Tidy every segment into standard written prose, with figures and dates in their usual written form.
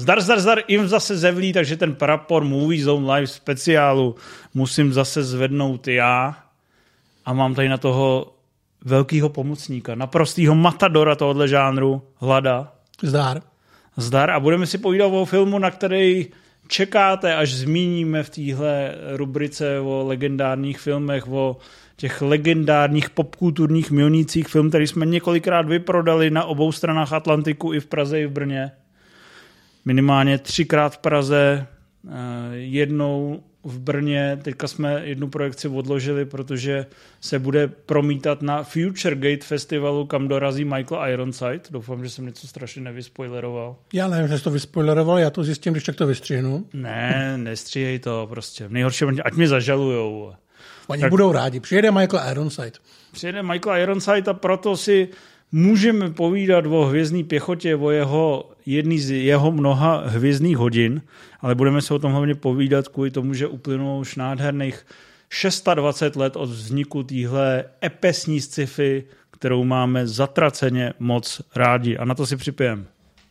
Zdar, jim zase zevlí, takže ten prapor Movie Zone Live speciálu musím zase zvednout já a mám tady na toho velkýho pomocníka, naprostýho matadora tohohle žánru, Hlada. Zdar a budeme si povídat o filmu, na který čekáte, až zmíníme v téhle rubrice o legendárních filmech, o těch legendárních popkulturních milnících film, který jsme několikrát vyprodali na obou stranách Atlantiku, i v Praze, i v Brně. Minimálně 3krát v Praze, jednou v Brně. Teďka jsme jednu projekci odložili, protože se bude promítat na Future Gate festivalu, kam dorazí Michael Ironside. Doufám, že jsem něco strašně nevyspoileroval. Já nevím, že jsi to vyspoileroval, já to zjistím, když tak to vystřihnu. Ne, nestříhej to prostě. V nejhorším, ať mě zažalujou. Oni tak budou rádi. Přijede Michael Ironside a proto si můžeme povídat o Hvězdné pěchotě, o jedný z jeho mnoha hvězdných hodin, ale budeme se o tom hlavně povídat kvůli tomu, že uplynulo už nádherných 26 let od vzniku téhle epesní sci-fi, kterou máme zatraceně moc rádi. A na to si připijeme.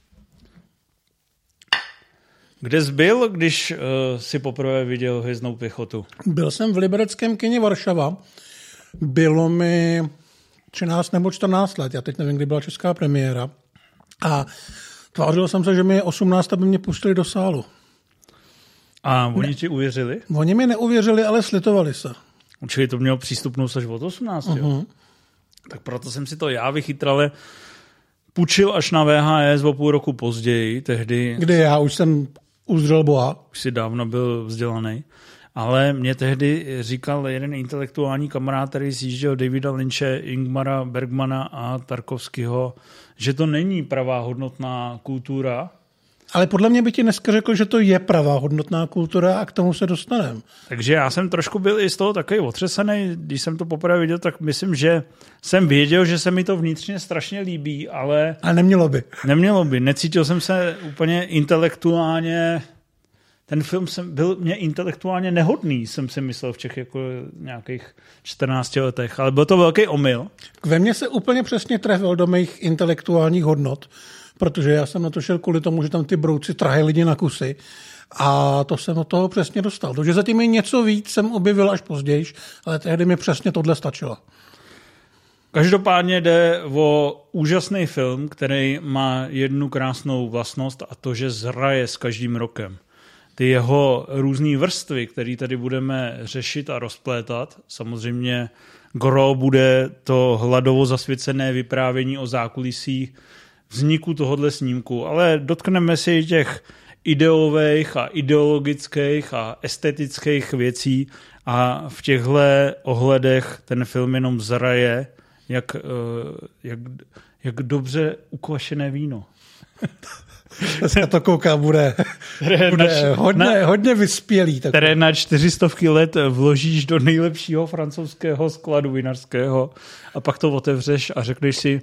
Kde jsi byl, když si poprvé viděl Hvězdnou pěchotu? Byl jsem v libereckém kině Varšava. Bylo mi 13 nebo 14 let. Já teď nevím, kdy byla česká premiéra. A tvářil jsem se, že mi je 18, aby mě pustili do sálu. A oni ti uvěřili? Oni mi neuvěřili, ale slitovali se. Čili to mělo přístupnost až od 18, jo? Tak proto jsem si to já vychytrale půjčil až na VHS o půl roku později, tehdy. Kdy já už jsem uzřel Boha. Už si dávno byl vzdělaný. Ale mě tehdy říkal jeden intelektuální kamarád, který sjížděl Davida Lynche, Ingmara Bergmana a Tarkovského, že to není pravá hodnotná kultura. Ale podle mě by ti dneska řekl, že to je pravá hodnotná kultura a k tomu se dostaneme. Takže já jsem trošku byl i z toho takový otřesený, když jsem to poprvé viděl, tak myslím, že jsem věděl, že se mi to vnitřně strašně líbí, ale... A nemělo by. Nemělo by. Necítil jsem se úplně intelektuálně... Ten film byl mě intelektuálně nehodný, jsem si myslel v těch jako nějakých 14 letech, ale byl to velký omyl. Ve mně se úplně přesně trefil do mých intelektuálních hodnot, protože já jsem na to šel kvůli tomu, že tam ty brouci trhají lidi na kusy a to jsem od toho přesně dostal. Takže zatím je něco víc jsem objevil až později, ale tehdy mi přesně tohle stačilo. Každopádně jde o úžasný film, který má jednu krásnou vlastnost a to, že zraje s každým rokem. Ty jeho různé vrstvy, které tady budeme řešit a rozplétat, samozřejmě gro bude to hladovo zasvěcené vyprávění o zákulisí vzniku tohohle snímku, ale dotkneme si těch ideových a ideologických a estetických věcí a v těchto ohledech ten film jenom zraje jak dobře ukvašené víno. Dneska to koukám, bude hodně vyspělý. Které na 400 let vložíš do nejlepšího francouzského skladu vinařského a pak to otevřeš a řekneš si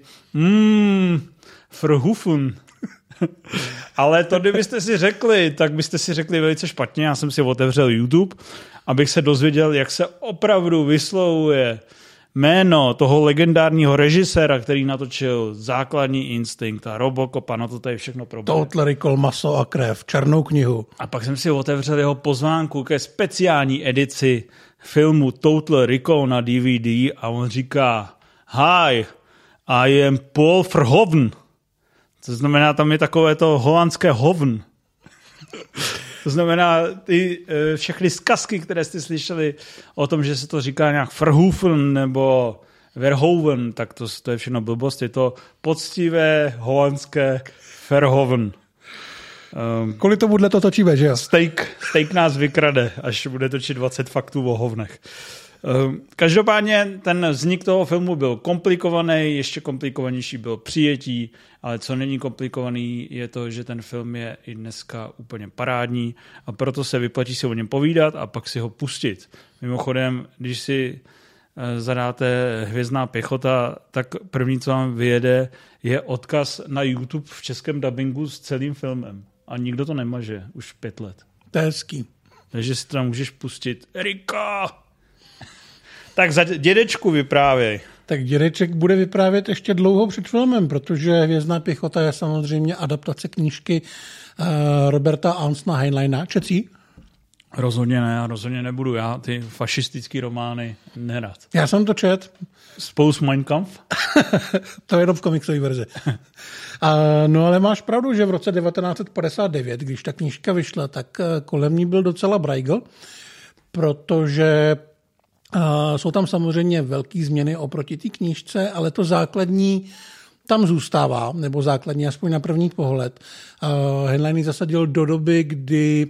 Verhoeven. Ale to, kdybyste si řekli, tak byste si řekli velice špatně. Já jsem si otevřel YouTube, abych se dozvěděl, jak se opravdu vyslovuje jméno toho legendárního režiséra, který natočil Základní instinkt a Robocop a na to tady všechno proběhlo. Total Recall, Maso a krev, Černou knihu. A pak jsem si otevřel jeho pozvánku ke speciální edici filmu Total Recall na DVD a on říká Hi, I am Paul Verhoeven. To znamená, tam je takové to holandské hoven. To znamená, ty všechny zkazky, které jste slyšeli o tom, že se to říká nějak Verhoeven nebo Verhoeven, tak to je všechno blbost. Je to poctivé holandské Verhoeven. Kvůli tomuhle to točíme, že jo? Steak nás vykrade, až bude točit 20 faktů o hovnech. Každopádně ten vznik toho filmu byl komplikovaný, ještě komplikovanější byl přijetí, ale co není komplikovaný je to, že ten film je i dneska úplně parádní a proto se vyplatí si o něm povídat a pak si ho pustit. Mimochodem, když si zadáte Hvězdná pěchota, tak první, co vám vyjede, je odkaz na YouTube v českém dabingu s celým filmem. A nikdo to nemaže už 5 let. To je hezký. Takže si tam můžeš pustit Erika! Tak za dědečku vyprávěj. Tak dědeček bude vyprávět ještě dlouho před filmem, protože Hvězdná pěchota je samozřejmě adaptace knížky Roberta Ansona Heinleina. Četří? Rozhodně ne, rozhodně nebudu. Já ty fašistický romány nerad. Já jsem to čet. Spolu s Mein Kampf? To je jenom v komiksové verzi. No ale máš pravdu, že v roce 1959, když ta knížka vyšla, tak kolem ní byl docela brajgl, protože jsou tam samozřejmě velké změny oproti té knížce, ale to základní tam zůstává, nebo základní aspoň na první pohled. Heinlein ji zasadil do doby, kdy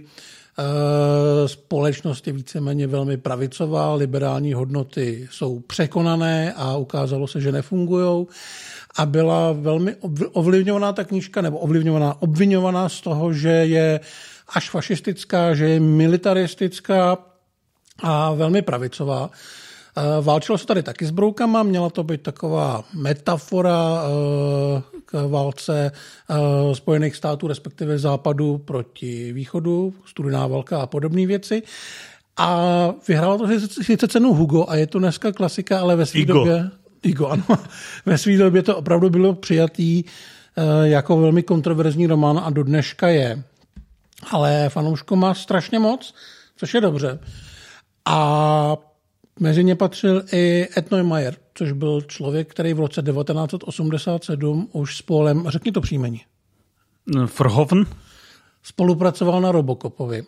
společnost je víceméně velmi pravicová, liberální hodnoty jsou překonané a ukázalo se, že nefungujou. A byla velmi ovlivňovaná ta knížka, nebo obviňovaná z toho, že je až fašistická, že je militaristická a velmi pravicová. Válčilo se tady taky s broukama, měla to být taková metafora k válce Spojených států, respektive Západu proti Východu, studená válka a podobné věci. A vyhrálo to sice cenu Hugo a je to dneska klasika, ale ve své době... Igo, ano. Ve své době to opravdu bylo přijatý jako velmi kontroverzní román a do dneška je. Ale fanoušků má strašně moc, což je dobře. A mezi ně patřil i Ed Neumeier, což byl člověk, který v roce 1987 už s Paulem, řekni to příjmení. Verhoeven. Spolupracoval na Robocopovi.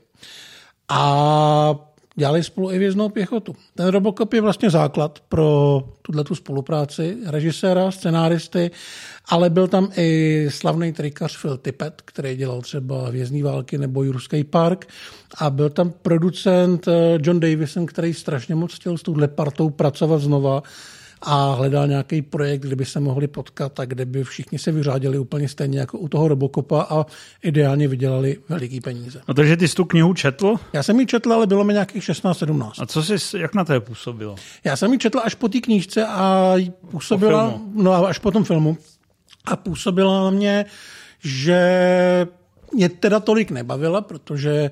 A dělali spolu i Hvězdnou pěchotu. Ten Robocop je vlastně základ pro tuto spolupráci režiséra, scenáristy, ale byl tam i slavný trikař Phil Tippett, který dělal třeba Hvězdný války nebo Jurský park, a byl tam producent John Davison, který strašně moc chtěl s touhle partou pracovat znova a hledal nějaký projekt, kde by se mohli potkat a kde by všichni se vyřádili úplně stejně jako u toho Robocopa a ideálně vydělali veliký peníze. No takže ty jsi tu knihu četl? Já jsem ji četl, ale bylo mi nějakých 16-17. A co jsi, jak na to působilo? Já jsem ji četl až po té knížce a působila, no až po tom filmu, a působila na mě, že mě teda tolik nebavila, protože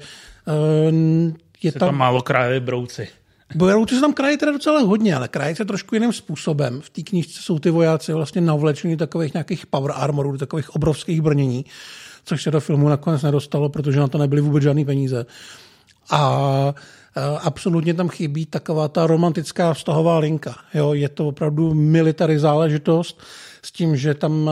je tam málo krajeli brouci. Bojovníci se tam krají teda docela hodně, ale krají se trošku jiným způsobem. V té knížce jsou ty vojáci vlastně navlečení takových nějakých power armorů, takových obrovských brnění, což se do filmu nakonec nedostalo, protože na to nebyly vůbec žádný peníze. A absolutně tam chybí taková ta romantická vztahová linka. Jo, je to opravdu military záležitost s tím, že tam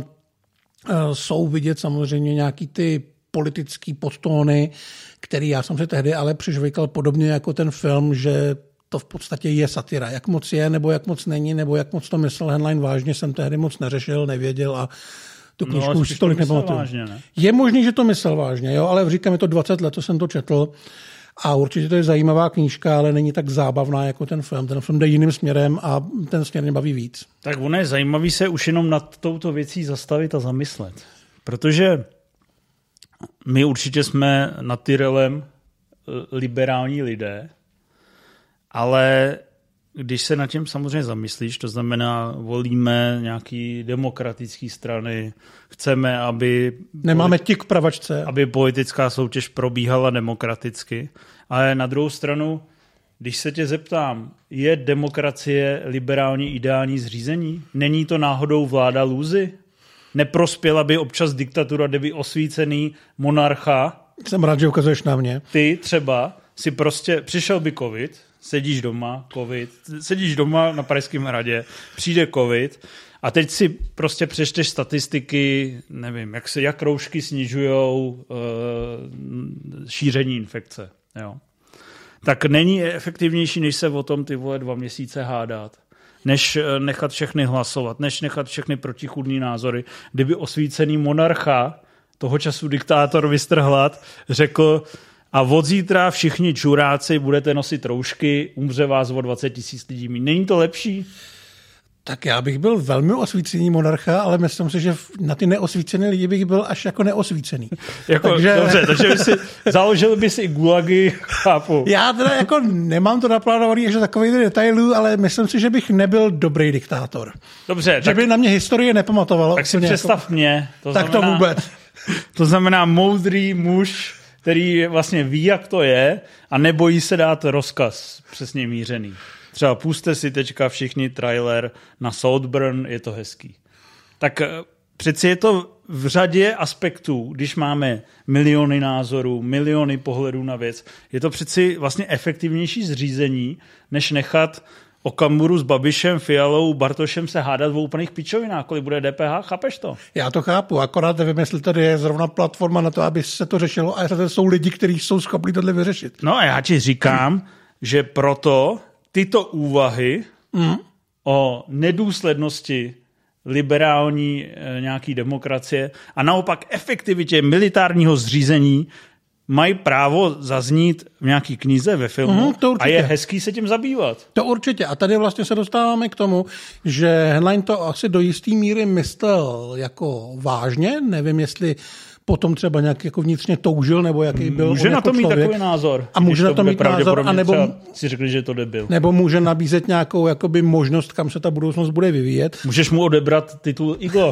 jsou vidět samozřejmě nějaký ty politický podtóny, který já jsem si tehdy ale přižvykal podobně jako ten film, že to v podstatě je satira. Jak moc je, nebo jak moc není, nebo jak moc to myslel Heinlein vážně, jsem tehdy moc neřešil, nevěděl a tu knížku už si tolik nepamatuju. Ne? Je možný, že to myslel vážně, jo, ale říkám, je to 20 let, co jsem to četl a určitě to je zajímavá knížka, ale není tak zábavná jako ten film. Ten film jde jiným směrem a ten směr mě baví víc. Tak ono je zajímavý se už jenom nad touto věcí zastavit a zamyslet. Protože my určitě jsme nad Tyrellem liberální lidé, ale když se nad tím samozřejmě zamyslíš, to znamená, volíme nějaký demokratický strany, chceme, aby... Nemáme tik k pravačce. Aby politická soutěž probíhala demokraticky, ale na druhou stranu, když se tě zeptám, je demokracie liberální ideální zřízení? Není to náhodou vláda lůzy? Neprospěla by občas diktatura, kde by osvícený monarcha... Jsem rád, že ukazuješ na mě. Ty třeba si prostě... Přišel by covid, sedíš doma na Pražském hradě, přijde covid a teď si prostě přečteš statistiky, nevím, jak roušky snižujou šíření infekce. Jo. Tak není efektivnější, než se o tom ty 2 měsíce hádat, než nechat všechny hlasovat, než nechat všechny protichůdný názory. Kdyby osvícený monarcha, toho času diktátor Vystrhlad, řekl: a od zítra všichni čuráci budete nosit roušky, umře vás o 20 000 lidí. Není to lepší? Tak já bych byl velmi osvícený monarcha, ale myslím si, že na ty neosvícené lidi bych byl až jako neosvícený. Dobře, takže založil by si i gulagy, chápu. Já teda jako nemám to naplánovaný ještě takových detailů, ale myslím si, že bych nebyl dobrý diktátor. Dobře. Že by na mě historie nepamatovala. Tak si představ mě. Tak to vůbec. To znamená moudrý muž, který vlastně ví, jak to je a nebojí se dát rozkaz přesně mířený. třeba puste si teďka všichni trailer na Saltburn, je to hezký. Tak přeci je to v řadě aspektů, když máme miliony názorů, miliony pohledů na věc, je to přeci vlastně efektivnější zřízení, než nechat Okamuru s Babišem, Fialou, Bartošem se hádat v úplných pičovinách, kolik bude DPH, chápeš to? Já to chápu, akorát nevím, jestli tady je zrovna platforma na to, aby se to řešilo a tady jsou lidi, kteří jsou schopni tohle vyřešit. No a já ti říkám, že proto tyto úvahy o nedůslednosti liberální nějaký demokracie a naopak efektivitě militárního zřízení mají právo zaznít v nějaký knize, ve filmu a je hezký se tím zabývat. To určitě. A tady vlastně se dostáváme k tomu, že Henlein to asi do jisté míry myslel jako vážně. Nevím, jestli potom třeba nějak jako vnitřně toužil, nebo jaký byl. Může na to mít člověk. Takový názor. A může na to mít názor, anebo si řekli, že to debil. Nebo může nabízet nějakou jakoby možnost, kam se ta budoucnost bude vyvíjet. Můžeš mu odebrat titul Iglo.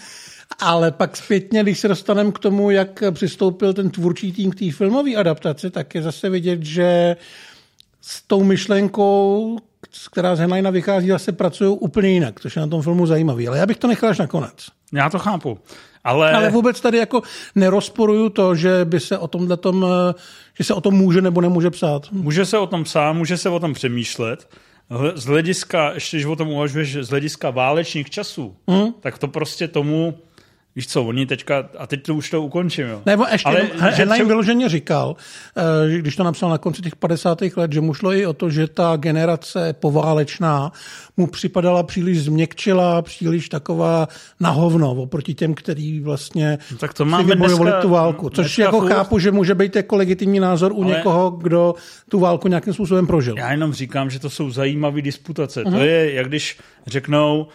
Ale pak zpětně, když se dostaneme k tomu, jak přistoupil ten tvůrčí tým k té filmové adaptaci, tak je zase vidět, že s tou myšlenkou, která z Henleina vychází, zase pracují úplně jinak, což je na tom filmu zajímavý. Ale já bych to nechal až nakonec. Já to chápu. Ale vůbec tady jako nerozporuju to, že by se o tomhletom, že se o tom může nebo nemůže psát. Může se o tom psát, může se o tom přemýšlet. Z hlediska, ještě když o tom uvažuješ, z hlediska válečných časů, tak to prostě tomu, víš co, oni teďka, a teď to už to ukončím, jo. Nebo ještě Henlein vyloženě říkal, když to napsal na konci těch 50. let, že mu šlo i o to, že ta generace poválečná mu připadala příliš změkčila, příliš taková na hovno oproti těm, který vlastně tak to máme si vybojovali tu válku. Což jako chápu, že může být jako legitimní názor u někoho, kdo tu válku nějakým způsobem prožil. Já jenom říkám, že to jsou zajímavé disputace. To je, jak když řeknou,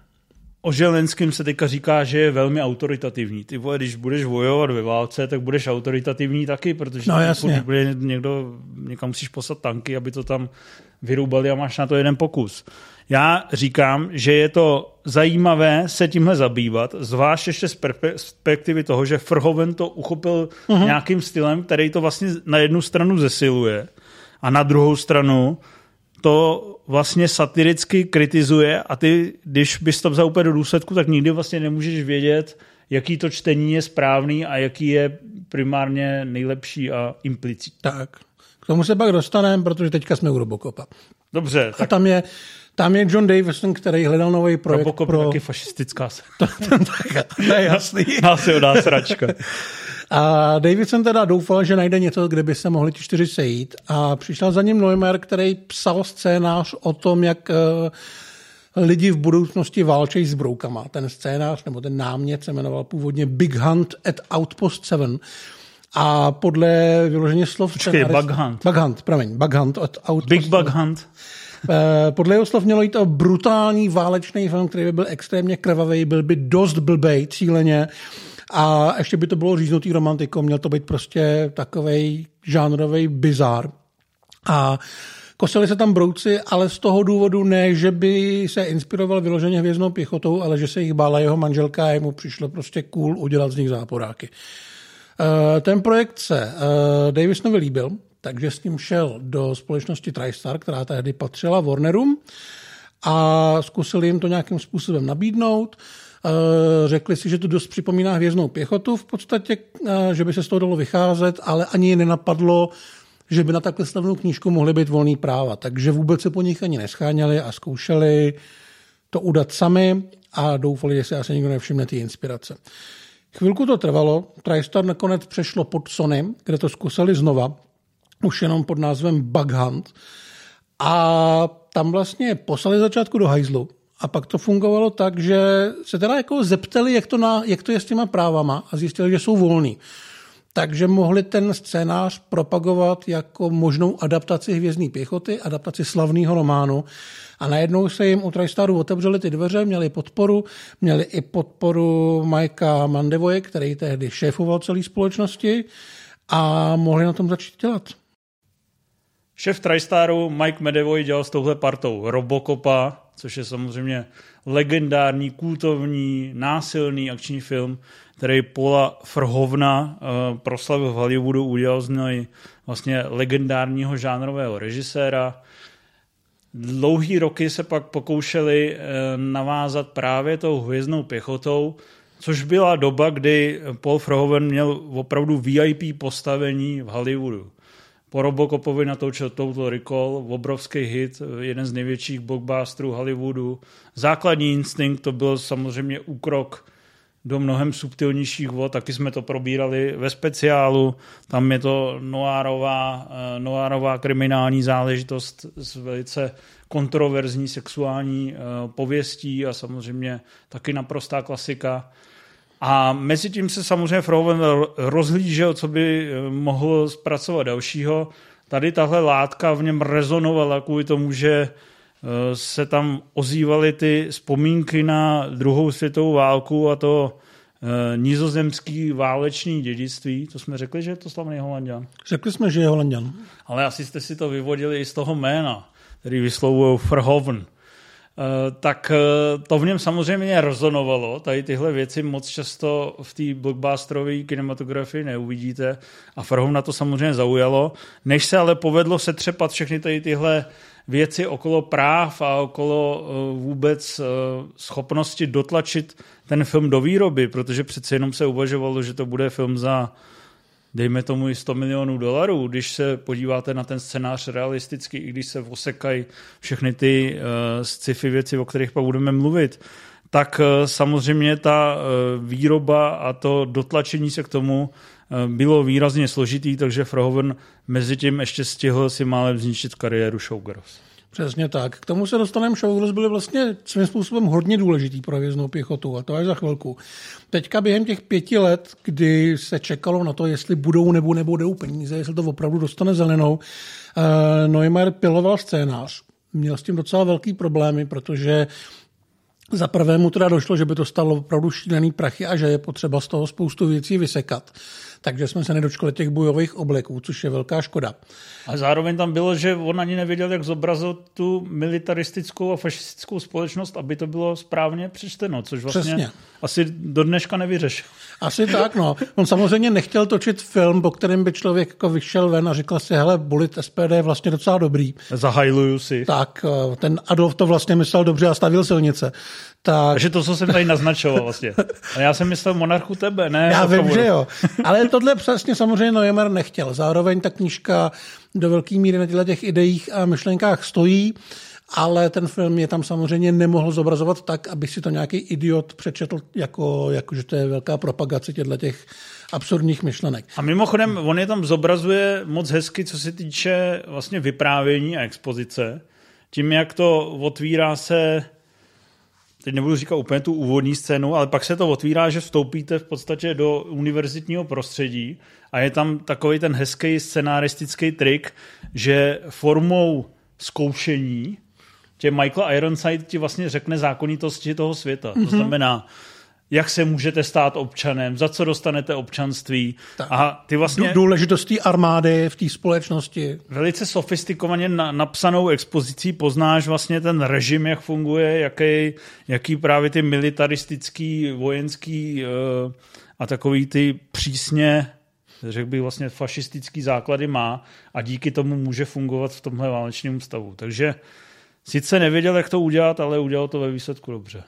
o Zelenským se teďka říká, že je velmi autoritativní. Ty vole, když budeš bojovat ve válce, tak budeš autoritativní taky, protože bude někam musíš poslat tanky, aby to tam vyrubali a máš na to jeden pokus. Já říkám, že je to zajímavé se tímhle zabývat, zvlášť ještě z perspektivy toho, že Verhoeven to uchopil nějakým stylem, který to vlastně na jednu stranu zesiluje a na druhou stranu to vlastně satiricky kritizuje a ty, když bys to vzal úplně do důsledku, tak nikdy vlastně nemůžeš vědět, jaký to čtení je správný a jaký je primárně nejlepší a implicitní. Tak, k tomu se pak dostaneme, protože teďka jsme u Robocopa. Dobře. Tak... A tam je John Davison, který hledal nový projekt. Robocop je taky fašistická se. To je jasný. Nás je odá sračka. A Davidson teda doufal, že najde něco, kde by se mohli ti 4 sejít a přišel za ním Neumann, který psal scénář o tom, jak lidi v budoucnosti válčejí s broukama. Ten scénář nebo ten námět se jmenoval původně Big Hunt at Outpost 7 a podle vyloženě slov... Bug Hunt. Bug Hunt at Outpost Big Bug Hunt. Podle jeho slov mělo jít o brutální válečný film, který by byl extrémně krvavý, byl by dost blbej cíleně a ještě by to bylo říznutý romantikou, měl to být prostě takovej žánrový bizár. A kosili se tam brouci, ale z toho důvodu ne, že by se inspiroval vyloženě Hvězdnou pěchotou, ale že se jich bála jeho manželka a jemu přišlo prostě cool udělat z nich záporáky. Ten projekt se Davisonovi líbil, takže s ním šel do společnosti TriStar, která tehdy patřila Warnerům a zkusili jim to nějakým způsobem nabídnout. Řekli si, že to dost připomíná Hvězdnou pěchotu v podstatě, že by se z toho dalo vycházet, ale ani je nenapadlo, že by na takhle slavnou knížku mohly být volný práva. Takže vůbec se po nich ani nescháněli a zkoušeli to udat sami a doufali, že se asi nikdo nevšimne ty inspirace. Chvilku to trvalo, TriStar nakonec přešlo pod Sony, kde to zkusili znova, už jenom pod názvem Bug Hunt. A tam vlastně poslali začátku do hajzlu. A pak to fungovalo tak, že se teda jako zeptali, jak to je s těma právama a zjistili, že jsou volný. Takže mohli ten scénář propagovat jako možnou adaptaci Hvězdné pěchoty, adaptaci slavného románu. A najednou se jim u TriStaru otevřely ty dveře, měli i podporu Mikea Mandevoje, který tehdy šéfoval celé společnosti a mohli na tom začít dělat. Šéf TriStaru Mike Medavoy dělal s touhle partou Robocopa, což je samozřejmě legendární, kultovní, násilný akční film, který Paula Verhoevena proslavil v Hollywoodu, udělal z něj vlastně legendárního žánrového režiséra. Dlouhý roky se pak pokoušeli navázat právě tou hvězdnou pěchotou, což byla doba, kdy Paul Verhoeven měl opravdu VIP postavení v Hollywoodu. Po Robocopovi natočil Total Recall, obrovský hit, jeden z největších blockbusterů Hollywoodu. Základní instinkt, to byl samozřejmě úkrok do mnohem subtilnějších vod, taky jsme to probírali ve speciálu, tam je to noárová kriminální záležitost s velice kontroverzní sexuální pověstí a samozřejmě taky naprostá klasika. A mezi tím se samozřejmě Verhoeven rozhlížel, co by mohl zpracovat dalšího. Tady tahle látka v něm rezonovala kvůli tomu, že se tam ozývaly ty vzpomínky na druhou světovou válku a to nizozemský válečný dědictví. To jsme řekli, že je to slavný Holanďan. Řekli jsme, že je Holanďan. Ale asi jste si to vyvodili i z toho jména, který vyslovují Verhoeven. Tak to v něm samozřejmě rezonovalo. Tady tyhle věci moc často v té blockbusterové kinematografii neuvidíte a Verhoeven na to samozřejmě zaujalo. Než se ale povedlo setřepat všechny tady tyhle věci okolo práv a okolo vůbec schopnosti dotlačit ten film do výroby, protože přece jenom se uvažovalo, že to bude film za dejme tomu i $100 milionů, když se podíváte na ten scénář realisticky, i když se osekají všechny ty sci-fi věci, o kterých pak budeme mluvit, tak samozřejmě ta výroba a to dotlačení se k tomu bylo výrazně složitý, takže Verhoeven mezi tím ještě stihl si málem zničit kariéru Showgirls. Přesně tak. K tomu se dostaneme. Showgirls byly vlastně svým způsobem hodně důležitý pro hvězdnou pěchotu a to až za chvilku. Teďka během těch 5 let, kdy se čekalo na to, jestli budou nebo nebudou peníze, jestli to opravdu dostane zelenou, Neumayer piloval scénář. Měl s tím docela velký problémy, protože za prvé mu teda došlo, že by to stalo opravdu šílený prachy a že je potřeba z toho spoustu věcí vysekat. Takže jsme se nedočkali těch bojových obleků, což je velká škoda. A zároveň tam bylo, že on ani nevěděl, jak zobrazit tu militaristickou a fašistickou společnost, aby to bylo správně přečteno, což vlastně přesně asi do dneška nevyřešil. Asi tak, no. On samozřejmě nechtěl točit film, po kterém by člověk jako vyšel ven a říkal si, hele, Bullet SPD je vlastně docela dobrý. Zahajluju si. Tak, ten Adolf to vlastně myslel dobře a stavil silnice. Takže to, co jsem tady naznačoval vlastně. A já jsem myslel Monarchu tebe, ne? Já vím, že jo. Ale tohle přesně samozřejmě Neumayer nechtěl. Zároveň ta knížka do velké míry na těch ideích a myšlenkách stojí, ale ten film je tam samozřejmě nemohl zobrazovat tak, aby si to nějaký idiot přečetl, jako že to je velká propagace těch absurdních myšlenek. A mimochodem, on je tam zobrazuje moc hezky, co se týče vlastně vyprávění a expozice. Tím, jak to otvírá se, teď nebudu říkat úplně tu úvodní scénu, ale pak se to otvírá, že vstoupíte v podstatě do univerzitního prostředí a je tam takový ten hezký scenaristický trik, že formou zkoušení Michael Ironside ti vlastně řekne zákonitosti toho světa. To znamená, jak se můžete stát občanem, za co dostanete občanství. A ty vlastně důležitostí armády v té společnosti. Velice sofistikovaně napsanou expozicí poznáš vlastně ten režim, jak funguje, jaký právě ty militaristický, vojenský a takový ty přísně, řekl bych vlastně fašistický základy má a díky tomu může fungovat v tomhle válečném stavu. Takže sice nevěděl, jak to udělat, ale udělal to ve výsledku dobře.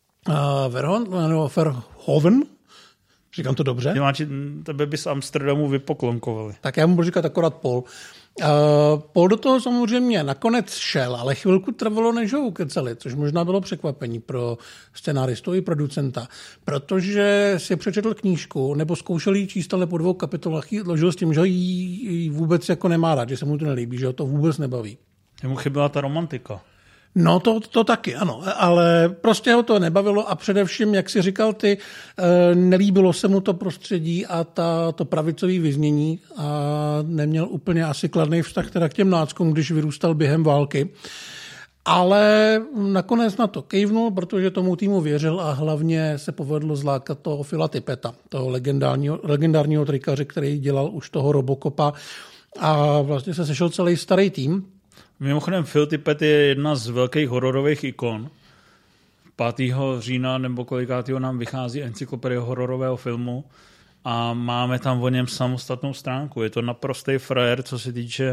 Verhoeven? Říkám to dobře? Tebe by z Amsterdamu vypoklonkovali. Tak já mu budu říkat akorát Paul. Paul do toho samozřejmě nakonec šel, ale chvilku trvalo, než ho ukecali, což možná bylo překvapení pro scenáristu i producenta, protože si přečetl knížku, nebo zkoušel jí číst, ale po 2 kapitolách jí ložil s tím, že ji vůbec jako nemá rád, že se mu to nelíbí, že ho to vůbec nebaví. Jemu chyběla ta romantika. No to taky, ano, ale prostě ho to nebavilo a především, jak si říkal ty, nelíbilo se mu to prostředí a to pravicové vyznění a neměl úplně asi kladný vztah teda k těm náckům, když vyrůstal během války. Ale nakonec na to kejvnul, protože tomu týmu věřil a hlavně se povedlo zlákat toho Phila Tippetta, toho legendárního trikaře, který dělal už toho Robocopa a vlastně se sešel celý starý tým. Mimochodem Phil Tippett je jedna z velkých hororových ikon. 5. října nebo kolikátýho nám vychází encyklopedie hororového filmu a máme tam o něm samostatnou stránku. Je to naprostý frajer, co se týče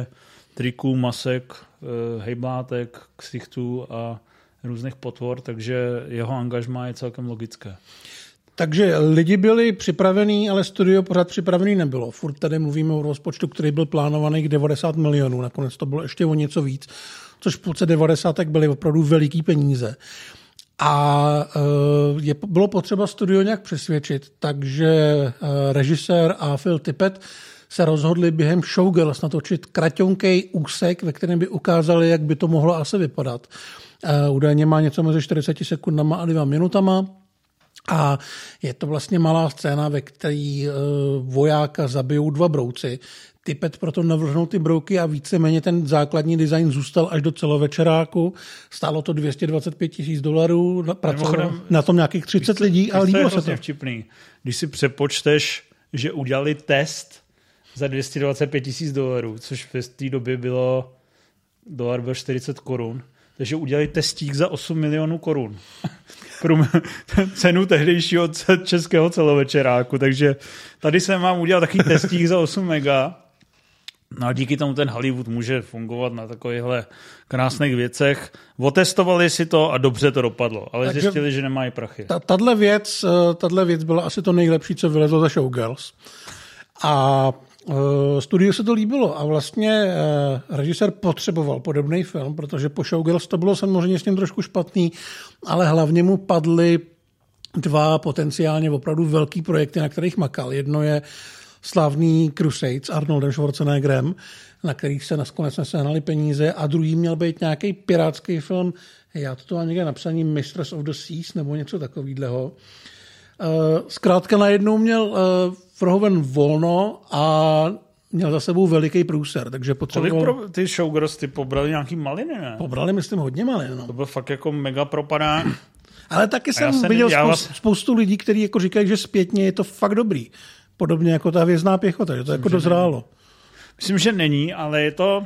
triků, masek, hejblátek, ksichtů a různých potvor, takže jeho angažmá je celkem logické. Takže lidi byli připravení, ale studio pořád připravený nebylo. Furt tady mluvíme o rozpočtu, který byl plánovaný k 90 milionů. Nakonec to bylo ještě o něco víc, což v půlce 90. byly opravdu veliký peníze. A bylo potřeba studio nějak přesvědčit, takže režisér a Phil Tippett se rozhodli během Showgirls natočit kraťonkej úsek, ve kterém by ukázali, jak by to mohlo asi vypadat. Údajně má něco mezi 40 sekundama a 2 minutama. A je to vlastně malá scéna, ve které vojáka zabijou 2 brouci. Tippett proto navrhnul ty brouky a víceméně ten základní design zůstal až do celovečeráku. Stálo to $225,000, pracovalo na tom nějakých 30 lidí a líbilo se to. Vtipný. Když si přepočteš, že udělali test za $225,000, což v té době bylo dolar byl 40 korun, takže udělali testík za 8 milionů korun. Cenu tehdejšího českého celovečeráku, takže tady jsem vám udělal takový testík za 8 mega. No a díky tomu ten Hollywood může fungovat na takovýchhle krásných věcech. Otestovali si to a dobře to dopadlo, ale takže zjistili, že nemají prachy. Tahle věc byla asi to nejlepší, co vylezlo za Showgirls. A studiu se to líbilo a vlastně režisér potřeboval podobný film, protože po Showgirls to bylo samozřejmě s ním trošku špatný, ale hlavně mu padly 2 potenciálně opravdu velký projekty, na kterých makal. Jedno je slavný Crusade s Arnoldem Schwarzeneggerem, na kterých se nakonec nesehnali peníze, a druhý měl být nějaký pirátský film, já to mám někde napsaný Mistress of the Seas nebo něco takového. Zkrátka najednou měl Verhoeven volno a měl za sebou veliký průser, takže potřeboval... Ty Showgirls, ty pobrali nějaký maliny, ne? Pobrali, myslím, hodně malin. No. To byl fakt jako mega propadán. Ale taky jsem viděl spoustu lidí, kteří jako říkají, že zpětně je to fakt dobrý. Podobně jako ta Hvězdná pěchota, že to jako dozrálo. Myslím, že není, ale je to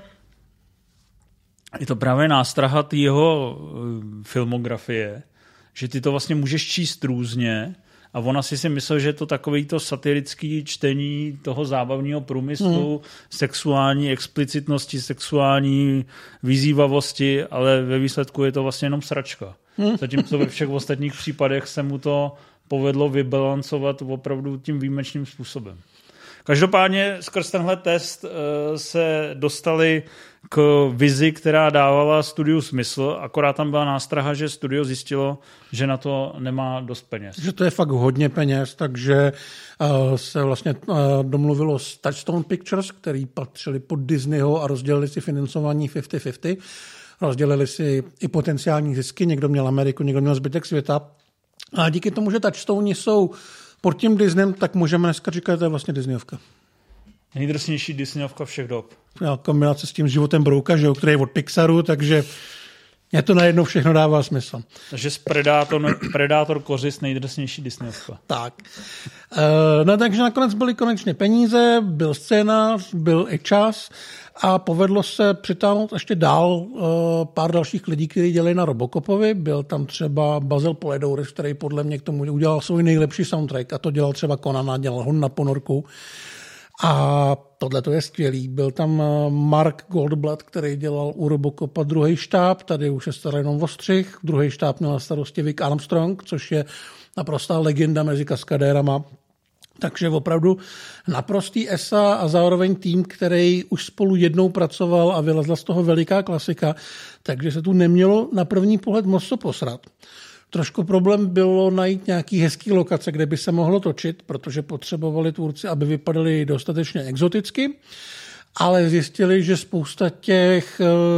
právě nástraha té jeho filmografie, že ty to vlastně můžeš číst různě a ona si myslel, že je to takový to satirický čtení toho zábavního průmyslu, sexuální explicitnosti, sexuální vyzývavosti, ale ve výsledku je to vlastně jenom sračka. Zatímco ve všech ostatních případech se mu to povedlo vybalancovat opravdu tím výjimečným způsobem. Každopádně skrz tenhle test se dostali k vizi, která dávala studiu smysl, akorát tam byla nástraha, že studio zjistilo, že na to nemá dost peněz. Že to je fakt hodně peněz, takže se vlastně domluvilo s Touchstone Pictures, který patřili pod Disneyho a rozdělili si financování 50-50. Rozdělili si i potenciální zisky, někdo měl Ameriku, někdo měl zbytek světa. A díky tomu, že Touchstone jsou pod tím Disneyem, tak můžeme dneska říkat, že to je vlastně Disneyovka. Nejdrsnější Disneyovka všech dob. Kombinace s tím Životem brouka, že, který je od Pixaru, takže mě to najednou všechno dává smysl. Takže Predátor kořist nejdrsnější Disneyovka. Tak. No takže nakonec byly konečně peníze, byl scénář, byl i čas a povedlo se přitáhnout ještě dál pár dalších lidí, kteří dělali na Robocopovi. Byl tam třeba Basil Poledouris, který podle mě k tomu udělal svůj nejlepší soundtrack a to dělal třeba Conana, dělal Hon na ponorku. A tohle to je skvělý. Byl tam Mark Goldblatt, který dělal u Robocopa druhý štáb, tady už je starý jenom ostřih. Druhý štáb měl na starosti Vic Armstrong, což je naprostá legenda mezi kaskadérama. Takže opravdu naprostý esa a zároveň tým, který už spolu jednou pracoval a vylezla z toho veliká klasika, takže se tu nemělo na první pohled moc co posrat. Trošku problém bylo najít nějaký hezký lokace, kde by se mohlo točit, protože potřebovali tvůrci, aby vypadaly dostatečně exoticky, ale zjistili, že spousta těch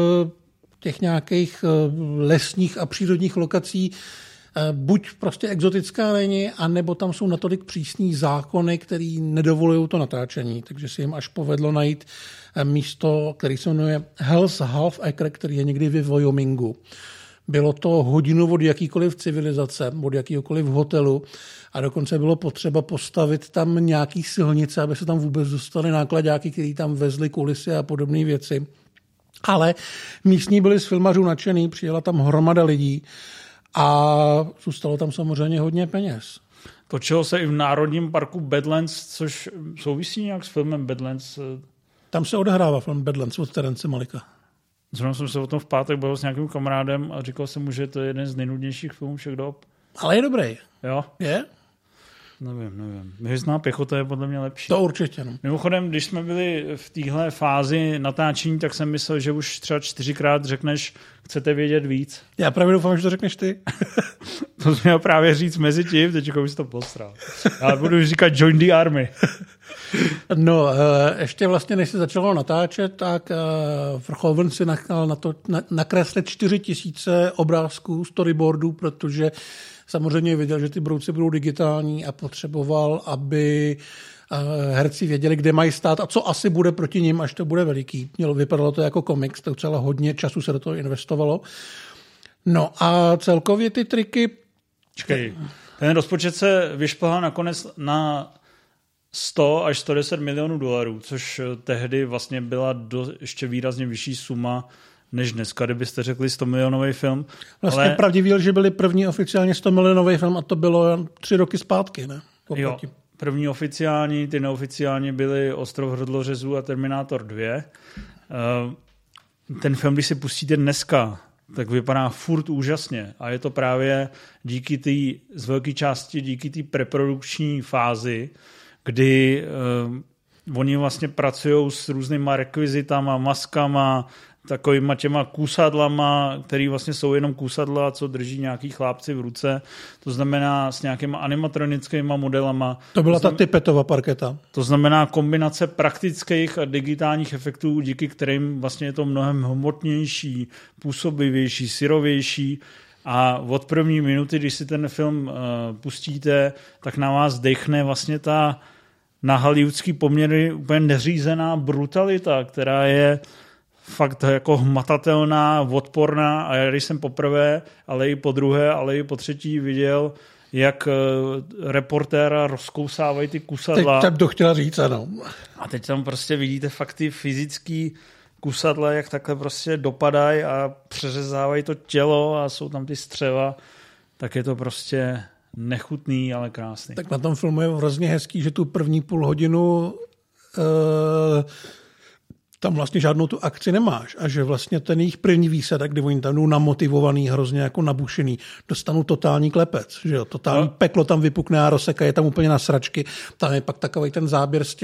nějakých lesních a přírodních lokací buď prostě exotická není, anebo tam jsou natolik přísný zákony, který nedovolují to natáčení. Takže se jim až povedlo najít místo, který se jmenuje Hell's Half Acre, který je někdy ve Wyomingu. Bylo to hodinu od jakýkoliv civilizace, od jakýkoliv hotelu a dokonce bylo potřeba postavit tam nějaký silnice, aby se tam vůbec dostali nákladáky, který tam vezli kulisy a podobné věci. Ale místní byli z filmařů nadšený, přijela tam hromada lidí a zůstalo tam samozřejmě hodně peněz. Točilo se i v Národním parku Badlands, což souvisí nějak s filmem Badlands? Tam se odehrává film Badlands od Terence Malicka. Zrovna jsem se o tom v pátek bavil s nějakým kamarádem a říkal jsem mu, že to je jeden z nejnudnějších filmů všech dob. Ale je dobrý. Jo? Je? Nevím. Hvězdná pěchota je podle mě lepší. To určitě. No. Mimochodem, když jsme byli v téhle fázi natáčení, tak jsem myslel, že už třeba 4krát řekneš, chcete vědět víc. Já právě doufám, že to řekneš ty. To jsem měl právě říct mezi tím, teď už to posral. Ale budu říkat Join the Army. No, ještě vlastně, než se začalo natáčet, tak Verhoeven si nechal na to nakreslit 4000 obrázků, storyboardů, protože samozřejmě věděl, že ty brouci budou digitální a potřeboval, aby herci věděli, kde mají stát a co asi bude proti nim, až to bude veliký. Vypadalo to jako komiks, to docela hodně času se do toho investovalo. No a celkově ty triky... Čekej, ten rozpočet se vyšplhal nakonec na 100 až 110 milionů dolarů, což tehdy vlastně byla ještě výrazně vyšší suma než dneska, kdybyste řekli 100 milionový film. Vlastně ale... pravdivý, že byli první oficiálně 100 milionový film a to bylo 3 roky zpátky, ne? Jo, první oficiální, ty neoficiální byly Ostrov hrdlořezů a Terminátor 2. Ten film, když si pustíte dneska, tak vypadá furt úžasně a je to právě díky z velké části díky té preprodukční fázi, kdy oni vlastně pracují s různýma rekvizitama, maskama, takovýma těma kůsadlama, který vlastně jsou jenom kůsadla, co drží nějaký chlápci v ruce. To znamená s nějakýma animatronickýma modelama. To byla ta Tipetova parketa. To znamená kombinace praktických a digitálních efektů, díky kterým vlastně je to mnohem hmotnější, působivější, syrovější. A od první minuty, když si ten film pustíte, tak na vás dechne vlastně ta na hollywoodský poměry úplně neřízená brutalita, která je fakt jako hmatatelná, odporná a když jsem poprvé, ale i po druhé, ale i po třetí viděl, jak reportéra rozkousávají ty kusadla. Teď to chtěla říct, ano. A teď tam prostě vidíte fakt ty fyzický kusadla, jak takhle prostě dopadají a přeřezávají to tělo a jsou tam ty střeva, tak je to prostě nechutný, ale krásný. Tak na tom filmu je hrozně hezký, že tu první půl hodinu tam vlastně žádnou tu akci nemáš a že vlastně ten jejich první výsledek, kdy oni tam jdou namotivovaný, hrozně jako nabušený, dostanou totální klepec, že jo, totální peklo tam vypukne a rozsekaje tam úplně na sračky. Tam je pak takový ten záběr z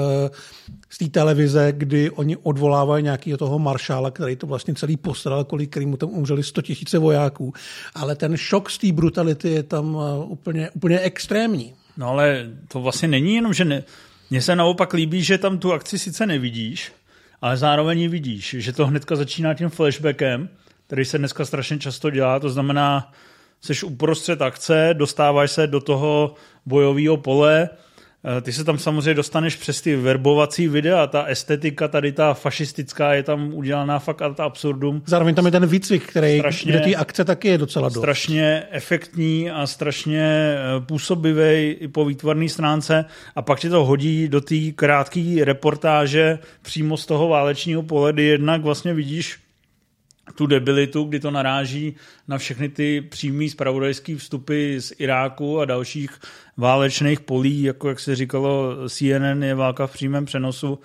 té televize, kdy oni odvolávají nějakého toho maršála, který to vlastně celý posral, kvůli kterému tam umřeli 100 000 vojáků. Ale ten šok z té brutality je tam úplně extrémní. No ale to vlastně není jenom, že mně se naopak líbí, že tam tu akci sice nevidíš, ale zároveň ji vidíš, že to hnedka začíná tím flashbackem, který se dneska strašně často dělá, to znamená, seš uprostřed akce, dostáváš se do toho bojového pole, ty se tam samozřejmě dostaneš přes ty verbovací videa, ta estetika tady, ta fašistická, je tam udělaná fakt ad absurdum. Zároveň tam je ten výcvik, který do té akce taky je docela dost. Strašně efektní a strašně působivý i po výtvarné stránce a pak ti to hodí do té krátké reportáže přímo z toho válečního pole, kdy jednak vlastně vidíš tu debilitu, kdy to naráží na všechny ty přímý zpravodajský vstupy z Iráku a dalších válečných polí, jako jak se říkalo, CNN je válka v přímém přenosu,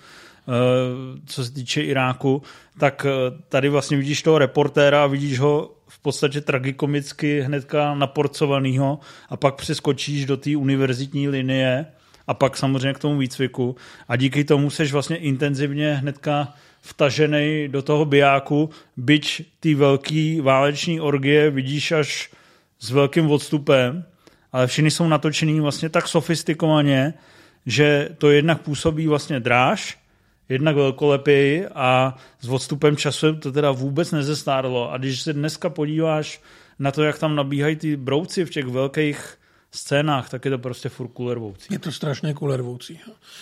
co se týče Iráku, tak tady vlastně vidíš toho reportéra a vidíš ho v podstatě tragikomicky hnedka naporcovanýho a pak přeskočíš do té univerzitní linie a pak samozřejmě k tomu výcviku a díky tomu seš vlastně intenzivně hnedka vtažený do toho bijáku, byť ty velký váleční orgie vidíš až s velkým odstupem, ale všichni jsou natočený vlastně tak sofistikovaně, že to jednak působí vlastně dráž, jednak velkolepěji a s odstupem času to teda vůbec nezestárlo. A když se dneska podíváš na to, jak tam nabíhají ty brouci v těch velkých scénách, tak je to prostě furt kulervoucí. Je to strašně kulervoucí.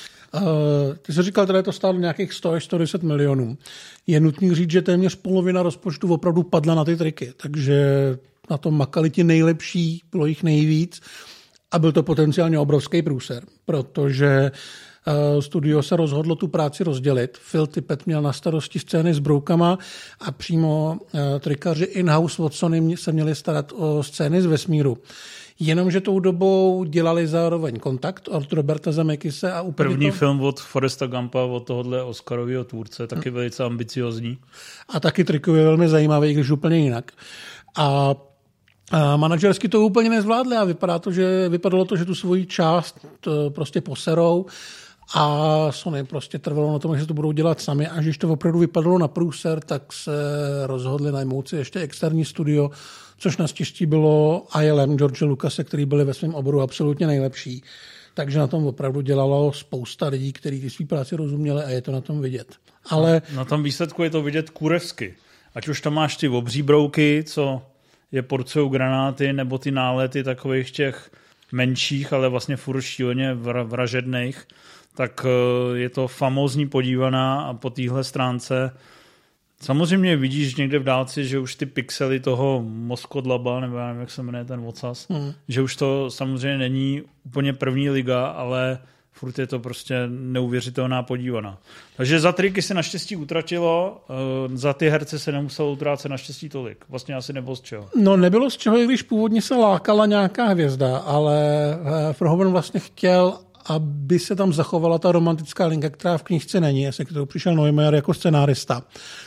Ty jsi říkal, že to stálo nějakých 100 až 110 milionů. Je nutný říct, že téměř polovina rozpočtu opravdu padla na ty triky, takže na tom makali ti nejlepší, bylo jich nejvíc a byl to potenciálně obrovský průser, protože studio se rozhodlo tu práci rozdělit. Phil Tippett měl na starosti scény s broukama a přímo trikaři in-house od Sony se měli starat o scény z vesmíru. Jenomže tou dobou dělali zároveň Kontakt od Roberta Zemeckise a úplně První film od Foresta Gumpa, od tohohle Oscarového tvůrce, taky velice ambiciozní. A taky trikově velmi zajímavý, když úplně jinak. A manažersky to úplně nezvládli a vypadalo to, že tu svoji část prostě poserou a Sony prostě trvalo na tom, že to budou dělat sami a když to opravdu vypadalo na průser, tak se rozhodli najmout si ještě externí studio, což naštěstí bylo ILM George Lucase, který byli ve svém oboru absolutně nejlepší. Takže na tom opravdu dělalo spousta lidí, kteří ty svý práci rozuměli a je to na tom vidět. Ale na tom výsledku je to vidět kurevsky. Ať už tam máš ty obří brouky, co je porcujou granáty, nebo ty nálety takových těch menších, ale vlastně furt šíleně vražedných, tak je to famózní podívaná a po téhle stránce samozřejmě vidíš někde v dálci, že už ty pixely toho Moskodlaba, nebo já nevím, jak se jmenuje ten ocas, že už to samozřejmě není úplně první liga, ale furt je to prostě neuvěřitelná podívaná. Takže za triky se naštěstí utratilo, za ty herce se nemuselo utrácet naštěstí tolik. Vlastně asi nebylo z čeho. No nebylo z čeho, i když původně se lákala nějaká hvězda, ale Verhoeven vlastně chtěl, aby se tam zachovala ta romantická linka, která v knížce není, jestli k tomu přišel Neumeier jako scenárista.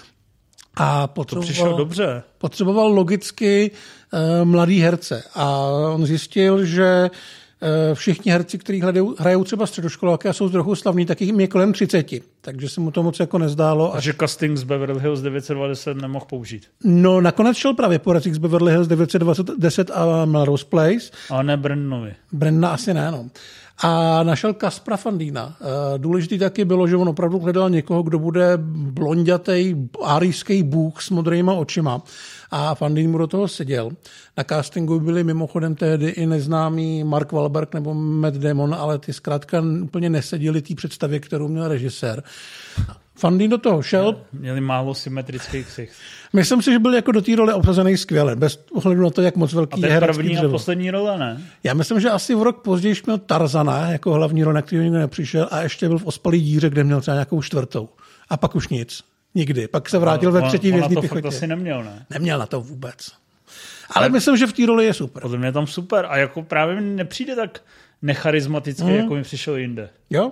A potřeboval logicky mladý herce. A on zjistil, že všichni herci, kteří hrajou třeba středoškoláky a jsou trochu slavní, tak jim je kolem 30. Takže se mu to moc jako nezdálo. A že casting z Beverly Hills 920 nemohl použít. No nakonec šel právě poradík z Beverly Hills 910 a Melrose Place. Ale ne Brennovi. Brenna asi ne, no. A našel Kaspra Van Diena. Důležitý taky bylo, že on opravdu hledal někoho, kdo bude blondětej árijský bůh s modrýma očima. A Van Dien mu do toho seděl. Na castingu byli mimochodem tehdy i neznámý Mark Wahlberg nebo Matt Damon, ale ty zkrátka úplně neseděli té představě, kterou měl režisér. Van Dien do toho šel. Měli málo symetrických ksicht. Myslím si, že byl jako do té role obsazený skvěle, bez ohledu na to, jak moc velký je herecký dřevo. A to je první a poslední role, ne? Já myslím, že asi v rok později měl Tarzana jako hlavní role, na který nikdo nepřišel a ještě byl v Ospalý díře, kde měl třeba nějakou čtvrtou. A pak už nic. Nikdy. Pak se vrátil ve třetí vězní pěchotě. Fakt asi neměl, ne? Neměl na to vůbec. Ale myslím, že v té roli je super. Podle mě je tam super a jako právě mi nepřijde tak necharizmatický, jako mi přišel jinde. Jo?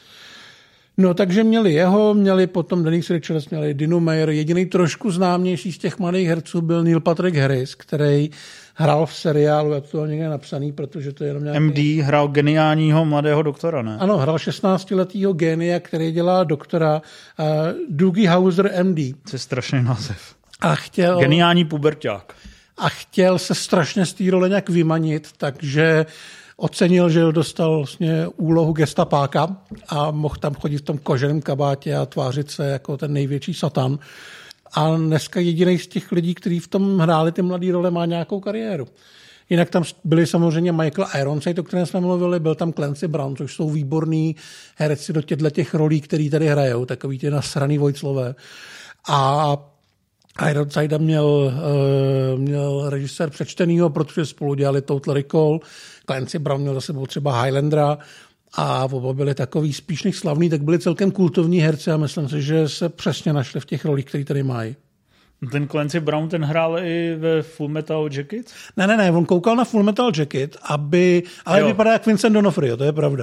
No, takže měli potom Dennis Richards, měli Dinu Meyer. Jediný trošku známější z těch mladých herců byl Neil Patrick Harris, který hrál v seriálu, je to někde napsaný, protože to je jenom nějaký... MD hrál geniálního mladého doktora, ne? Ano, hrál 16letýho génia, který dělá doktora Doogie Howser MD. To je strašný název. Geniální puberťák. A chtěl se strašně z té role nějak vymanit, takže ocenil, že dostal vlastně úlohu gestapáka a mohl tam chodit v tom koženém kabátě a tvářit se jako ten největší satan. A dneska jediný z těch lidí, kteří v tom hráli ty mladé role, má nějakou kariéru. Jinak tam byli samozřejmě Michael Ironside, o kterém jsme mluvili, byl tam Clancy Brown, což jsou výborní herci do těch rolí, který tady hrajou, takový ty nasraný vojclové. A Ironside měl režisér přečtenýho, protože spolu dělali Total Recall. Clancy Brown měl za sebou třeba Highlandera a oba byli takový spíš než slavný, tak byli celkem kultovní herci a myslím si, že se přesně našli v těch rolích, které tady mají. Ten Clancy Brown, ten hrál i ve Full Metal Jacket? Ne, on koukal na Full Metal Jacket, ale vypadá jak Vincent D'Onofrio, to je pravda.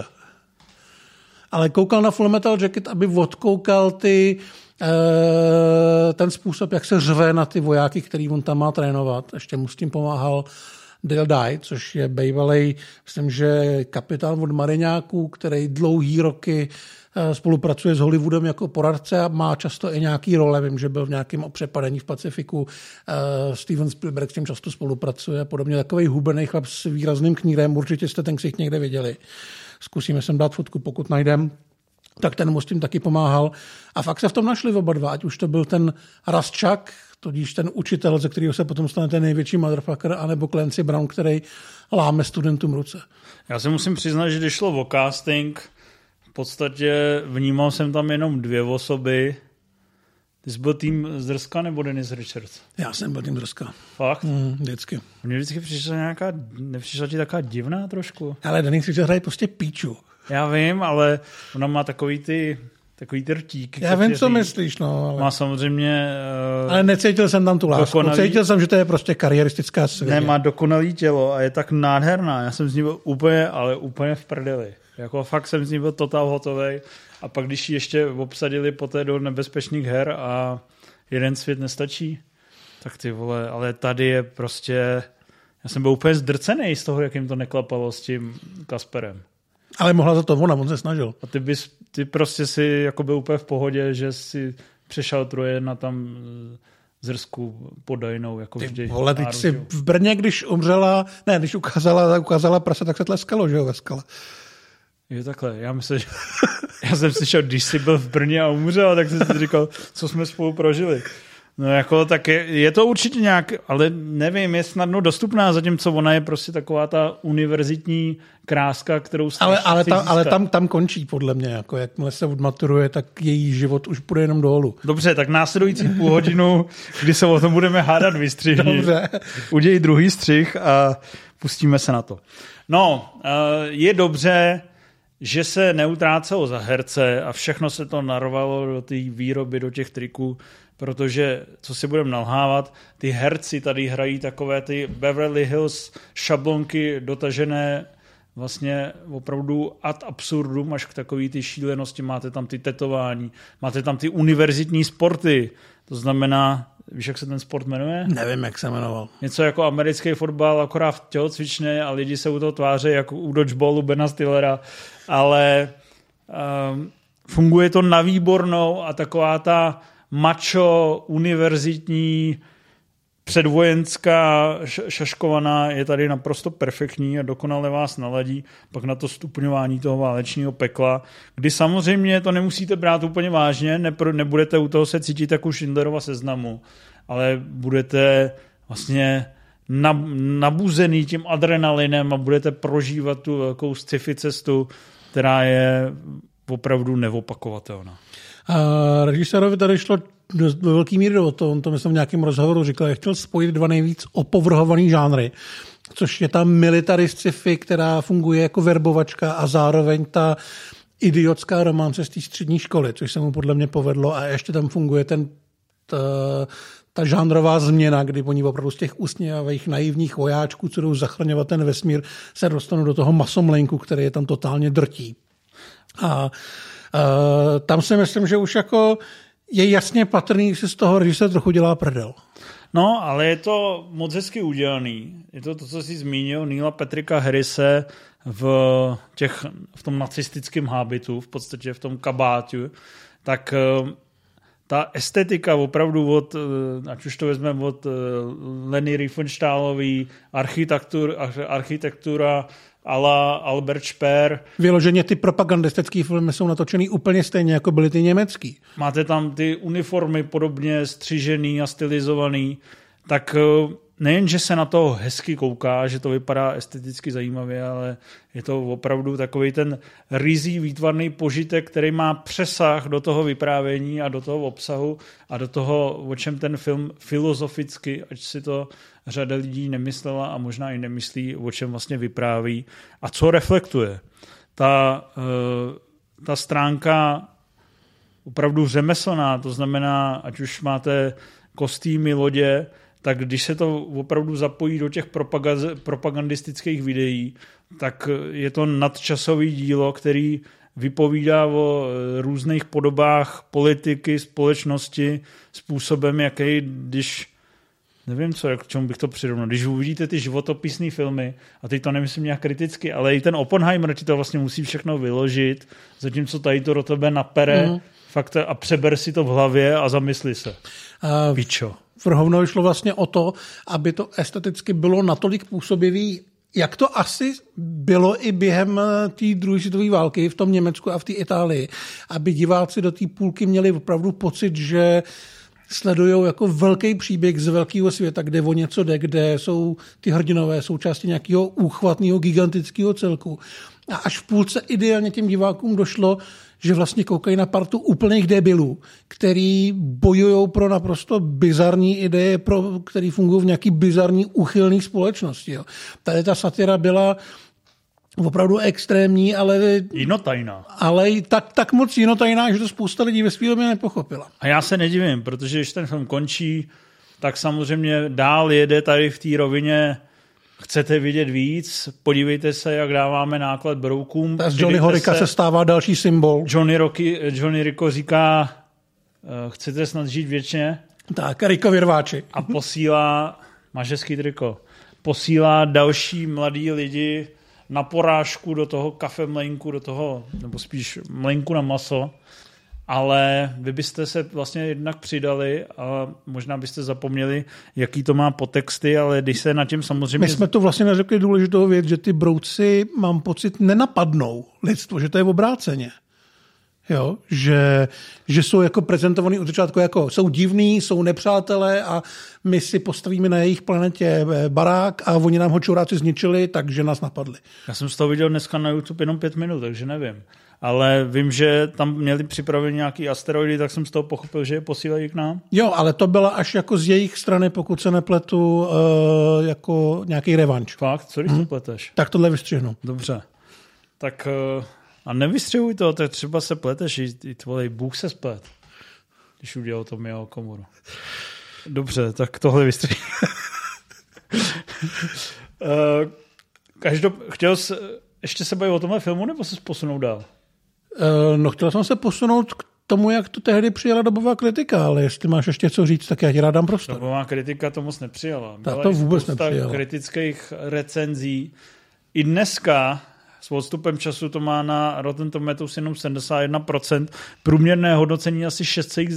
Ale koukal na Full Metal Jacket, aby odkoukal ten způsob, jak se řve na ty vojáky, který on tam má trénovat. Ještě mu s tím pomáhal Dale Dye, což je bývalej, myslím, že kapitán od Mariňáků, který dlouhý roky spolupracuje s Hollywoodem jako poradce a má často i nějaký role. Vím, že byl v nějakém přepadení v Pacifiku. Steven Spielberg s tím často spolupracuje. Podobně takovej hubený chlap s výrazným knírem. Určitě jste ten ksicht někde viděli. Zkusíme sem dát fotku, pokud najdem. Tak ten mu s tím taky pomáhal. A fakt se v tom našli oba dva, ať už to byl ten Raschak, tudíž ten učitel, ze kterého se potom stane ten největší motherfucker, anebo Clancy Brown, který láme studentům ruce. Já si musím přiznat, že když šlo o casting, v podstatě vnímal jsem tam jenom dvě osoby. Ty jsi byl tým Zdrska nebo Dennis Richards? Já jsem byl tým Zdrska. Fakt? Vždycky. Mně vždycky nepřišla ti taková divná trošku? Ale Dennis Richards hraje prostě píču. Já vím, ale ona má takový ty takový ty rtíky. Já vím, co myslíš, no. Ale... Má samozřejmě... Ale necítil jsem tam tu lásku. Cítil jsem, že to je prostě kariéristická světě. Má dokonalý tělo a je tak nádherná. Já jsem z ní byl úplně v prdeli. Jako fakt jsem z ní byl totál hotovej. A pak, když ji ještě obsadili poté do nebezpečných her a jeden svět nestačí, tak ty vole, ale tady je prostě... Já jsem byl úplně zdrcený z toho, jak jim to neklapalo s tím Kasperem. Ale mohla za to on se snažil. A ty prostě si jako byl úplně v pohodě, že si přešel troje na tam zrsku podajnou, jako vždy. Vole, teď si v Brně, když ukázala prase, tak se tleskalo, že jo, ve skale. Jo, takhle. Já myslím, že já jsem slyšel, když jsi byl v Brně a umřel, tak jsem si říkal, co jsme spolu prožili. No jako tak je to určitě nějak, ale nevím, je snadno dostupná, zatímco ona je prostě taková ta univerzitní kráska, kterou ale tam končí podle mě, jako jakmile se odmaturuje, tak její život už půjde jenom dolů. Dobře, tak následující půl hodinu, kdy se o tom budeme hádat, vystřihni. Dobře. Udělej druhý střih a pustíme se na to. No, je dobře, že se neutrácelo za herce a všechno se to narvalo do té výroby, do těch triků, protože, co si budeme nalhávat, ty herci tady hrají takové ty Beverly Hills šablonky dotažené vlastně opravdu ad absurdum až k takový ty šílenosti. Máte tam ty tetování, máte tam ty univerzitní sporty, to znamená, víš, jak se ten sport jmenuje? Nevím, jak se jmenoval. Něco jako americký fotbal, akorát v tělocvičně a lidi se u toho tváří jako u dodgeballu Bena Stillera, ale funguje to na výbornou a taková ta macho, univerzitní, předvojenská šaškovaná je tady naprosto perfektní a dokonale vás naladí pak na to stupňování toho válečního pekla, kdy samozřejmě to nemusíte brát úplně vážně, nebudete u toho se cítit jako Schindlerova seznamu, ale budete vlastně nabuzený tím adrenalinem a budete prožívat tu velkou sci-fi cestu, která je opravdu neopakovatelná. A režisérovi tady šlo do velký míry o to, on to myslím v nějakém rozhovoru říkal, že chtěl spojit dva nejvíc opovrhovaný žánry, což je ta military sci-fi, která funguje jako verbovačka a zároveň ta idiotská romance z té střední školy, což se mu podle mě povedlo a ještě tam funguje ta žánrová změna, kdy oni opravdu z těch usměvavých naivních vojáčků, co jdou zachraňovat ten vesmír, se dostanou do toho masomlenku, který je tam totálně drtí. A tam si myslím, že už jako je jasně patrný, že se z toho režisér trochu dělá prdel. No, ale je to moc hezky udělaný. Je to, co jsi zmínil, Neila Patricka Harrise v tom nacistickém hábitu, v podstatě v tom kabátu, tak ta estetika opravdu ať už to vezmeme od Leni Riefenstahlový, architektura a la Albert Speer. Vyloženě ty propagandistické filmy jsou natočený úplně stejně, jako byly ty německý. Máte tam ty uniformy podobně střižený a stylizovaný, tak nejen, že se na to hezky kouká, že to vypadá esteticky zajímavě, ale je to opravdu takový ten ryzí výtvarný požitek, který má přesah do toho vyprávění a do toho obsahu a do toho, o čem ten film filozoficky, ať si to řada lidí nemyslela a možná i nemyslí, o čem vlastně vypráví a co reflektuje. Ta stránka opravdu řemeslná, to znamená, ať už máte kostýmy, lodě, tak když se to opravdu zapojí do těch propagandistických videí, tak je to nadčasový dílo, který vypovídá o různých podobách politiky, společnosti, způsobem, jaký, když nevím, k čemu bych to přirovnal. Když uvidíte ty životopisné filmy, a teď to nemyslím nějak kriticky, ale i ten Oppenheimer ti to vlastně musí všechno vyložit, zatímco tady to do tebe napere fakt a přeber si to v hlavě a zamysli se. Pičo. Vrhovno šlo vlastně o to, aby to esteticky bylo natolik působivý, jak to asi bylo i během té druhé světové války v tom Německu a v té Itálii, aby diváci do té půlky měli opravdu pocit, že sledujou jako velký příběh z velkého světa, kde o něco jde, kde jsou ty hrdinové součástí nějakého úchvatného gigantického celku. A až v půlce ideálně těm divákům došlo, že vlastně koukají na partu úplných debilů, který bojují pro naprosto bizarní ideje, který fungují v nějaký bizarní uchylný společnosti. Jo. Tady ta satira byla opravdu extrémní, ale jinotajná. Ale tak moc jinotajná, že to spousta lidí ve svým době nepochopila. A já se nedivím, protože když ten film končí, tak samozřejmě dál jede tady v té rovině. Chcete vidět víc? Podívejte se, jak dáváme náklad broukům. Z Johnnyho Ricka se stává další symbol. Johnny Ricko říká, chcete snad žít věčně? Tak, Rickovi rváči. A posílá, máš hezký triko, posílá další mladí lidi na porážku do toho kafe mlejnku, do toho, nebo spíš mlejnku na maso. Ale vy byste se vlastně jednak přidali a možná byste zapomněli, jaký to má podtexty, ale když se na tím samozřejmě... My jsme to vlastně neřekli důležitou věc, že ty brouci, mám pocit, nenapadnou lidstvo, že to je v obráceně. Jo? Že jsou jako prezentovaný od začátku jako jsou divný, jsou nepřátelé a my si postavíme na jejich planetě barák a oni nám ho čuráci zničili, takže nás napadli. Já jsem z toho viděl dneska na YouTube jenom 5 minut, takže nevím. Ale vím, že tam měli připravený nějaký asteroidy, tak jsem z toho pochopil, že je posílají k nám. Jo, ale to byla až jako z jejich strany, pokud se nepletu, jako nějaký revanš. Fakt? Co když to pleteš? Tak tohle vystřihnu. Dobře. Tak a nevystřihuj to, tak třeba se pleteš, i tvoj Bůh se splet, když udělal to Mio Komoru. Dobře, tak tohle vystřihnu. Chtěl jsi ještě se bavit o tomhle filmu, nebo se posunout dál? No, chtěl jsem se posunout k tomu, jak to tehdy přijala dobová kritika, ale jestli máš ještě co říct, tak já ti rád dám prostor. Dobová kritika to moc nepřijala. Byla to vůbec nepřijala. Kritických recenzí. I dneska s odstupem času to má na Rotten Tomatoes jenom 71%, průměrné hodnocení asi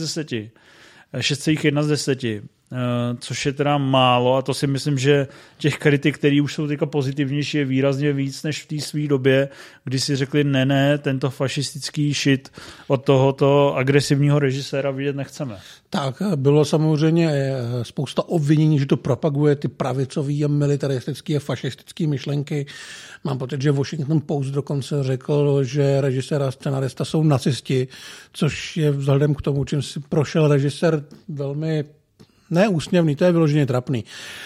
6,1 z 10. Což je teda málo a to si myslím, že těch kritik, který už jsou teďka pozitivnější, je výrazně víc než v té své době, kdy si řekli ne, tento fašistický shit od tohoto agresivního režiséra vidět nechceme. Tak, bylo samozřejmě spousta obvinění, že to propaguje ty pravicový a militaristický a fašistický myšlenky. Mám pocit, že Washington Post dokonce řekl, že režisér a scenarista jsou nacisti, což je vzhledem k tomu, čím si prošel režisér velmi neúsměvný, to je vyloženě trapný.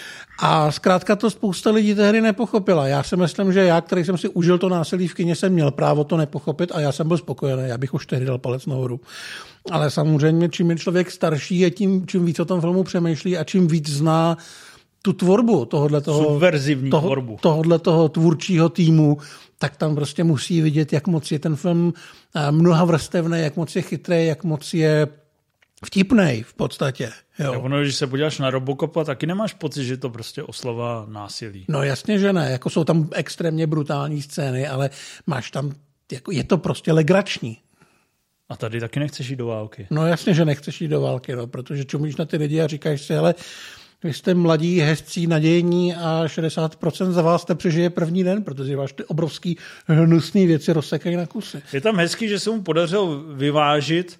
A zkrátka to spousta lidí tehdy nepochopila. Já si myslím, že já, který jsem si užil to násilí v kině, jsem měl právo to nepochopit a já jsem byl spokojený. Já bych už tehdy dal palec nahoru. Ale samozřejmě, čím je člověk starší, čím víc o tom filmu přemýšlí a čím víc zná tu tvorbu subverzivní tvorbu tohoto tvůrčího týmu, tak tam prostě musí vidět, jak moc je ten film mnohavrstevný, jak moc je chytrý, jak moc je vtipnej v podstatě. Jo. Ono, když se podíváš na Robocopa, taky nemáš pocit, že to prostě oslava násilí. No jasně, že ne. Jako jsou tam extrémně brutální scény, ale máš tam, jako je to prostě legrační. A tady taky nechceš jít do války. No jasně, že nechceš jít do války, no, protože čumíš na ty lidi a říkáš si, hele, vy jste mladí, hezcí, nadějní a 60% za vás te přežije první den, protože váš ty obrovský hnusný věci rozsekají na kusy. Je tam hezký, že se mu podařilo vyvážit,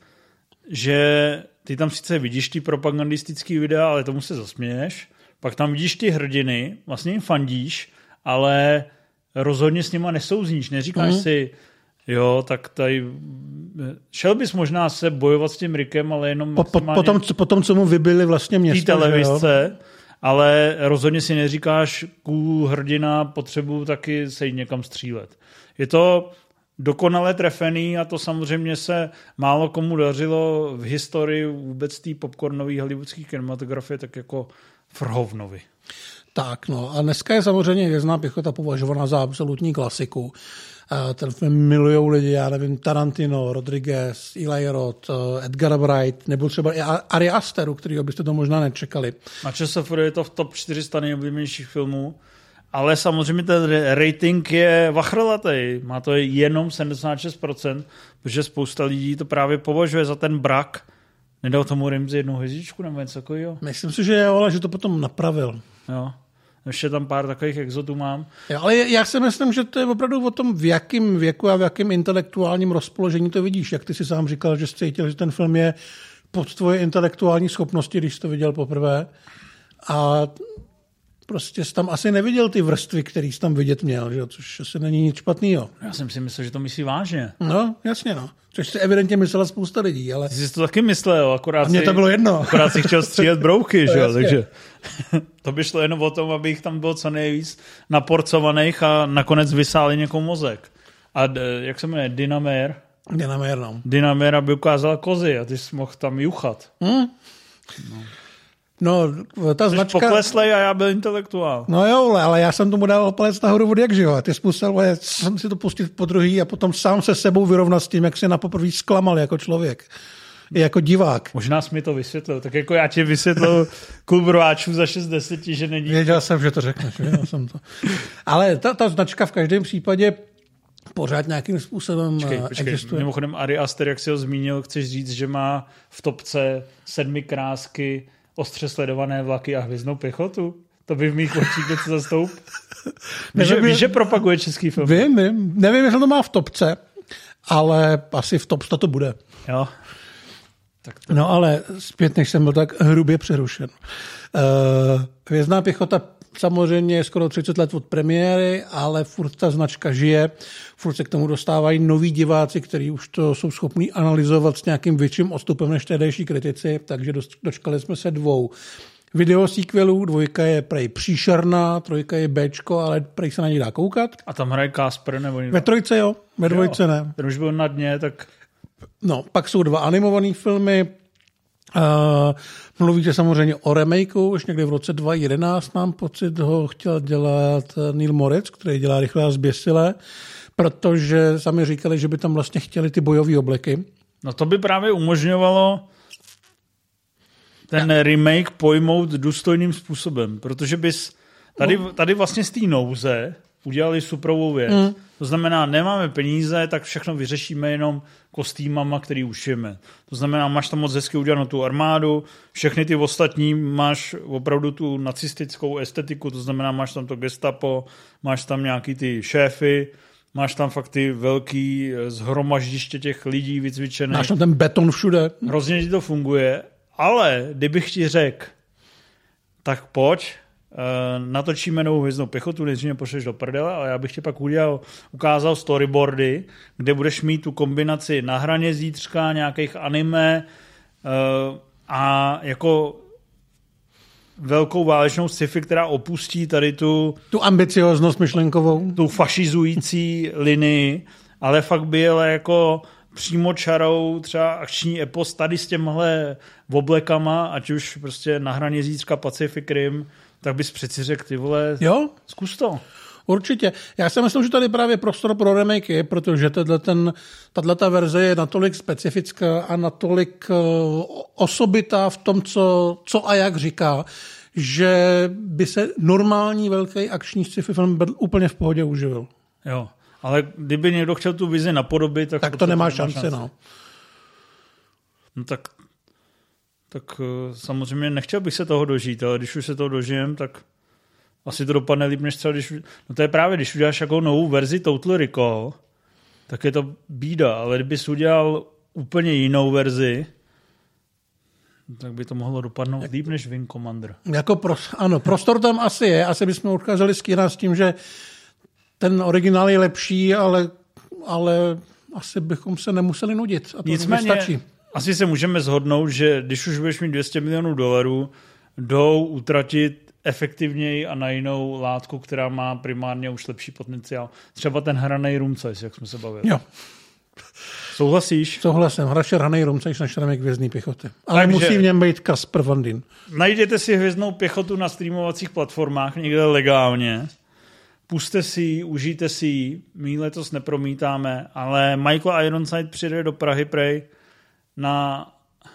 že ty tam sice vidíš ty propagandistický videa, ale tomu se zasměješ. Pak tam vidíš ty hrdiny, vlastně jim fandíš, ale rozhodně s nima nesouzníš. Neříkáš si, jo, tak tady šel bys možná se bojovat s tím Rickem, ale jenom potom, co mu vybili vlastně město. Televizce, ale rozhodně si neříkáš, hrdina, potřebuju taky se jít někam střílet. Je to dokonale trefený a to samozřejmě se málo komu dařilo v historii vůbec té popcornové hollywoodské kinematografie, tak jako Frhovnovi. Tak, no a dneska je samozřejmě Hvězdná pěchota považovaná za absolutní klasiku. Ten film milujou lidi, já nevím, Tarantino, Rodriguez, Eli Roth, Edgar Wright, nebo třeba i Ari Asteru, kterýho byste to možná nečekali. Na ČSFD je to v top 400 nejoblíbenějších filmů, ale samozřejmě ten rating je vachrlatej. Má to jenom 76%, protože spousta lidí to právě považuje za ten brak. Nedal tomu Ramsey 1 hvězdičku nebo něco takového? Myslím si, že jo, ale že to potom napravil. Jo. Ještě tam pár takových exotů mám. Jo, ale já si myslím, že to je opravdu o tom, v jakém věku a v jakém intelektuálním rozpoložení to vidíš. Jak ty si sám říkal, že jsi cítil, že ten film je pod tvoje intelektuální schopnosti, když jsi to viděl poprvé. A prostě jsi tam asi neviděl ty vrstvy, který jsi tam vidět měl, že? Což asi není nic špatného. Já jsem si myslel, že to myslí vážně. No, jasně, no. Což si evidentně myslela spousta lidí, ale... Ty jsi to taky myslel, A mně to bylo jedno. Akorát si chtěl střílet brouchy, že jo, takže to by šlo jenom o tom, aby jich tam bylo co nejvíc naporcovaných a nakonec vysáli někomu mozek. A jak se jmenuje, Dynamér? Dynamér, no. Dynamér, aby ukázala kozy a ty jsi mohl tam juchat. No, ta značka... Pokleslej a já byl intelektuál. No jo, ale já jsem tomu dal palec nahoru od jak živa. Ty spustil, jsem si to pustit po druhý a potom sám se sebou vyrovnat s tím, jak si na poprvé zklamal jako člověk. I jako divák. Možná jsi mi to vysvětlil. Tak jako já ti vysvětlil klub rváčů za 6 že není... Věděl jsem, že to řekneš. Věděl jsem to. Ale ta značka v každém případě pořád nějakým způsobem existuje. Mimochodem Ari Aster, jak jsi ho zmínil, chceš říct, že má v topce 7 krásky, ostře sledované vlaky a hvězdnou pěchotu? To by v mých očích něco zastoup. Víš, že propaguje český film? Vím. Nevím, jestli to má v topce, ale asi v top 100 to bude. Jo. Tak to... No ale zpět, než jsem byl tak hrubě přerušen. Hvězdná pěchota samozřejmě je skoro 30 let od premiéry, ale furt ta značka žije, furt se k tomu dostávají noví diváci, kteří už to jsou schopní analyzovat s nějakým větším odstupem než tehdejší kritici, takže dočkali jsme se 2 videosequelů, 2 je prej příšerná, 3 je Bčko, ale prej se na ní dá koukat. A tam hraje Kasper nebo někdo? Ve 3 jo, ve 2 ne. Ten už byl na dně, tak... No, pak jsou 2 animované filmy. Mluvíte samozřejmě o remakeu, už někdy v roce 2011 mám pocit, ho chtěl dělat Neil Moritz, který dělá Rychle a zběsile, protože sami říkali, že by tam vlastně chtěli ty bojové obleky. No to by právě umožňovalo ten remake pojmout důstojným způsobem, protože bys tady vlastně z té nouze udělali superovou věc. To znamená, nemáme peníze, tak všechno vyřešíme jenom kostýmama, který ušijeme. To znamená, máš tam moc hezky udělanou tu armádu, všechny ty ostatní máš opravdu tu nacistickou estetiku, to znamená, máš tam to gestapo, máš tam nějaký ty šéfy, máš tam fakt ty velký zhromaždiště těch lidí vycvičených. Máš tam ten beton všude. Hrozně ti to funguje, ale kdybych ti řekl, tak pojď, natočíme novou hvězdnou pěchotu, než mě pošleš do prdele, ale já bych ti pak ukázal storyboardy, kde budeš mít tu kombinaci Na hraně zítřka, nějakých anime a jako velkou válečnou sci-fi, která opustí tady tu ambicioznost myšlenkovou, tu fašizující linii, ale fakt by jela jako přímo čarou třeba akční epos tady s těmhle oblekama, ať už prostě Na hraně zítřka, Pacific Rim, tak bys přeci řekl, ty vole, jo? Zkus to. Určitě. Já si myslím, že tady právě prostor pro remake je, protože tato verze je natolik specifická a natolik osobitá v tom, co a jak říká, že by se normální velký akční sci-fi film úplně v pohodě uživil. Jo, ale kdyby někdo chtěl tu vizi napodobit, tak to nemá šanci. No. No tak samozřejmě nechtěl bych se toho dožít, ale když už se toho dožijem, tak asi to dopadne líp, než třeba no to je právě, když uděláš jako novou verzi Total Recall, tak je to bída, ale kdybys udělal úplně jinou verzi, tak by to mohlo dopadnout líp než Wing Commander. Jako ano, prostor tam asi je, asi bychom odkázali skýrat s tím, že ten originál je lepší, ale asi bychom se nemuseli nudit. A to nicméně stačí. Asi se můžeme shodnout, že když už budeš mít $200 milionů, jdou utratit efektivněji a na jinou látku, která má primárně už lepší potenciál. Třeba ten hranej rumcajs, jak jsme se bavili. Jo. Souhlasíš? Souhlasím. Hraše hranej rumcajs než remek Hvězdný pěchoty. Ale takže musí v něm být Kasper Van Dien. Najděte si Hvězdnou pěchotu na streamovacích platformách někde legálně. Puste si ji, užijte si ji. My letos nepromítáme, ale Michael Ironside přijde do Prahy prej na...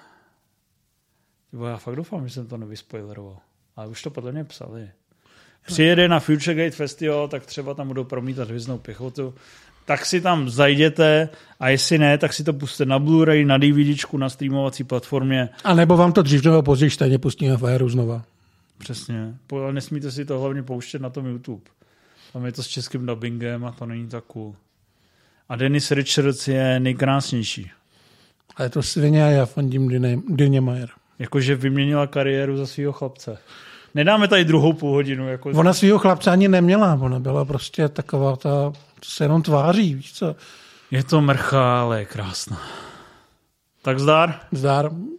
Já fakt doufám, že jsem to nevyspoileroval. Ale už to podle mě psali. Přijede na Futuregate Festival, tak třeba tam budou promítat Hvězdnou pěchotu. Tak si tam zajděte a jestli ne, tak si to puste na Blu-ray, na DVDčku, na streamovací platformě. A nebo vám to dřív nebo později stejně pustíme v éru znova. Přesně. Ale nesmíte si to hlavně pouštět na tom YouTube. Tam je to s českým dubbingem a to není tak cool. A Dennis Richards je nejkrásnější. A je to svině a já fandím Dyně Mayer. Jakože vyměnila kariéru za svýho chlapce. Nedáme tady druhou půlhodinu. Jako... Ona svýho chlapce ani neměla, ona byla prostě taková ta, se jenom tváří, víš co. Je to mrcha, ale je krásná. Tak zdar. Zdar.